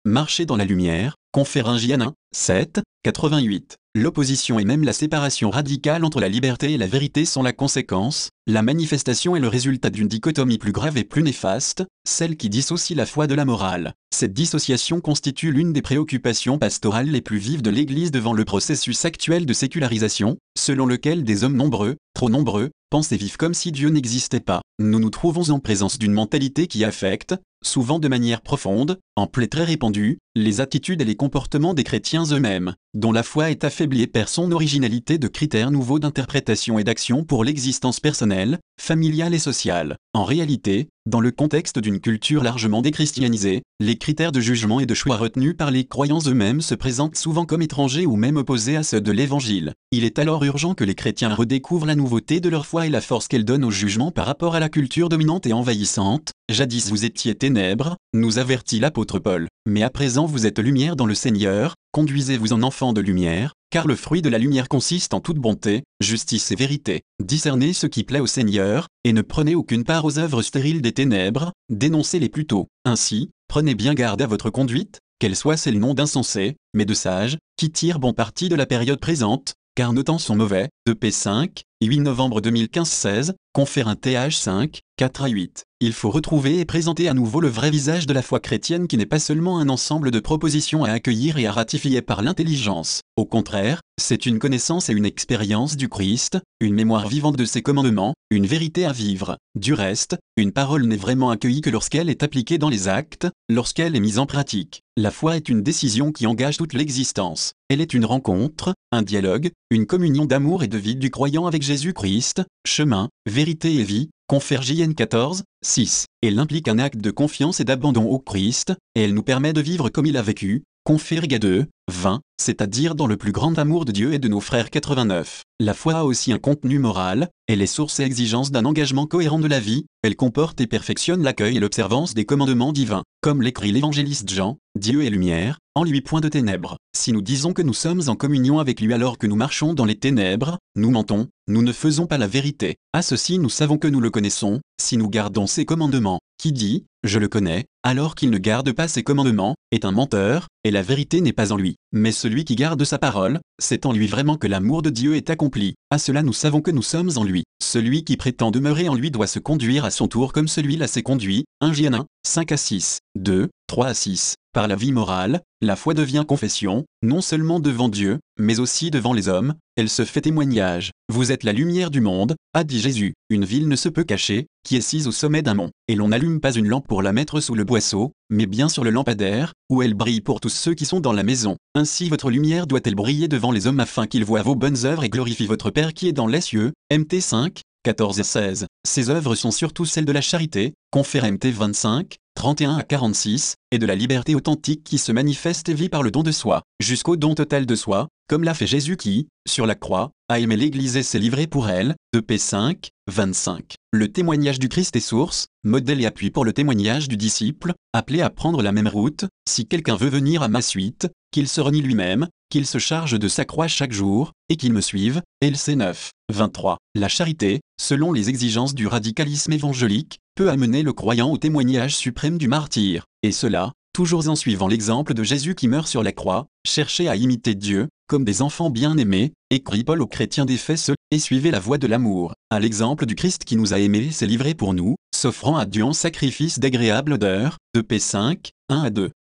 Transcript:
marcher dans la lumière, confère 1 J 7, 88. L'opposition et même la séparation radicale entre la liberté et la vérité sont la conséquence, la manifestation est le résultat d'une dichotomie plus grave et plus néfaste, celle qui dissocie la foi de la morale. Cette dissociation constitue l'une des préoccupations pastorales les plus vives de l'Église devant le processus actuel de sécularisation, selon lequel des hommes nombreux, trop nombreux, pensent et vivent comme si Dieu n'existait pas. Nous nous trouvons en présence d'une mentalité qui affecte, souvent de manière profonde, en plaie très répandue, les attitudes et les comportements des chrétiens eux-mêmes, dont la foi est affaiblie et perd son originalité de critères nouveaux d'interprétation et d'action pour l'existence personnelle, familiale et sociale. En réalité, dans le contexte d'une culture largement déchristianisée, les critères de jugement et de choix retenus par les croyants eux-mêmes se présentent souvent comme étrangers ou même opposés à ceux de l'Évangile. Il est alors urgent que les chrétiens redécouvrent la nouveauté de leur foi et la force qu'elle donne au jugement par rapport à la culture dominante et envahissante. « Jadis vous étiez ténèbres », nous avertit l'apôtre Paul, « mais à présent vous êtes lumière dans le Seigneur, conduisez-vous en enfants de lumière, car le fruit de la lumière consiste en toute bonté, justice et vérité. Discernez ce qui plaît au Seigneur, et ne prenez aucune part aux œuvres stériles des ténèbres, dénoncez-les plutôt. Ainsi, prenez bien garde à votre conduite, qu'elle soit celle non d'insensés, mais de sages, qui tirent bon parti de la période présente, car nos temps sont mauvais. » De P5, 8 novembre 2015-16, confère un TH 5, 4 à 8. Il faut retrouver et présenter à nouveau le vrai visage de la foi chrétienne qui n'est pas seulement un ensemble de propositions à accueillir et à ratifier par l'intelligence. Au contraire, c'est une connaissance et une expérience du Christ, une mémoire vivante de ses commandements, une vérité à vivre. Du reste, une parole n'est vraiment accueillie que lorsqu'elle est appliquée dans les actes, lorsqu'elle est mise en pratique. La foi est une décision qui engage toute l'existence. Elle est une rencontre, un dialogue, une communion d'amour et de vie du croyant avec Jésus-Christ, chemin, vérité et vie, confère JN 14, 6. Elle implique un acte de confiance et d'abandon au Christ, et elle nous permet de vivre comme il a vécu, confère Ga 2, 20, c'est-à-dire dans le plus grand amour de Dieu et de nos frères 89. La foi a aussi un contenu moral, elle est source et exigence d'un engagement cohérent de la vie, elle comporte et perfectionne l'accueil et l'observance des commandements divins. Comme l'écrit l'évangéliste Jean, Dieu est lumière, en lui point de ténèbres. Si nous disons que nous sommes en communion avec lui alors que nous marchons dans les ténèbres, nous mentons, nous ne faisons pas la vérité. À ceci nous savons que nous le connaissons, si nous gardons ses commandements. Qui dit « Je le connais », alors qu'il ne garde pas ses commandements, est un menteur, et la vérité n'est pas en lui. Mais celui qui garde sa parole, c'est en lui vraiment que l'amour de Dieu est accompli. À cela nous savons que nous sommes en lui. Celui qui prétend demeurer en lui doit se conduire à son tour comme celui-là s'est conduit. 1 J 5 à 6, 2, 3 à 6. Par la vie morale, la foi devient confession, non seulement devant Dieu, mais aussi devant les hommes, elle se fait témoignage. Vous êtes la lumière du monde, a dit Jésus. Une ville ne se peut cacher, qui est sise au sommet d'un mont. Et l'on n'allume pas une lampe pour la mettre sous le boisseau, mais bien sur le lampadaire, où elle brille pour tous ceux qui sont dans la maison. Ainsi votre lumière doit-elle briller devant les hommes afin qu'ils voient vos bonnes œuvres et glorifient votre Père qui est dans les cieux. MT 5, 14 à 16. Ces œuvres sont surtout celles de la charité, confère MT 25, 31 à 46, et de la liberté authentique qui se manifeste et vit par le don de soi, jusqu'au don total de soi, comme l'a fait Jésus qui, sur la croix, a aimé l'Église et s'est livré pour elle. De P5, 25. Le témoignage du Christ est source, modèle et appui pour le témoignage du disciple, appelé à prendre la même route. Si quelqu'un veut venir à ma suite, qu'il se renie lui-même, qu'il se charge de sa croix chaque jour, et qu'il me suive. LC 9, 23. La charité, selon les exigences du radicalisme évangélique, peut amener le croyant au témoignage suprême du martyr, et cela, toujours en suivant l'exemple de Jésus qui meurt sur la croix. Cherchez à imiter Dieu, comme des enfants bien-aimés, écrit Paul aux chrétiens d'Éphèse, et suivez la voie de l'amour, à l'exemple du Christ qui nous a aimés et s'est livré pour nous, s'offrant à Dieu en sacrifice d'agréable odeur. De P5, 1 à 2.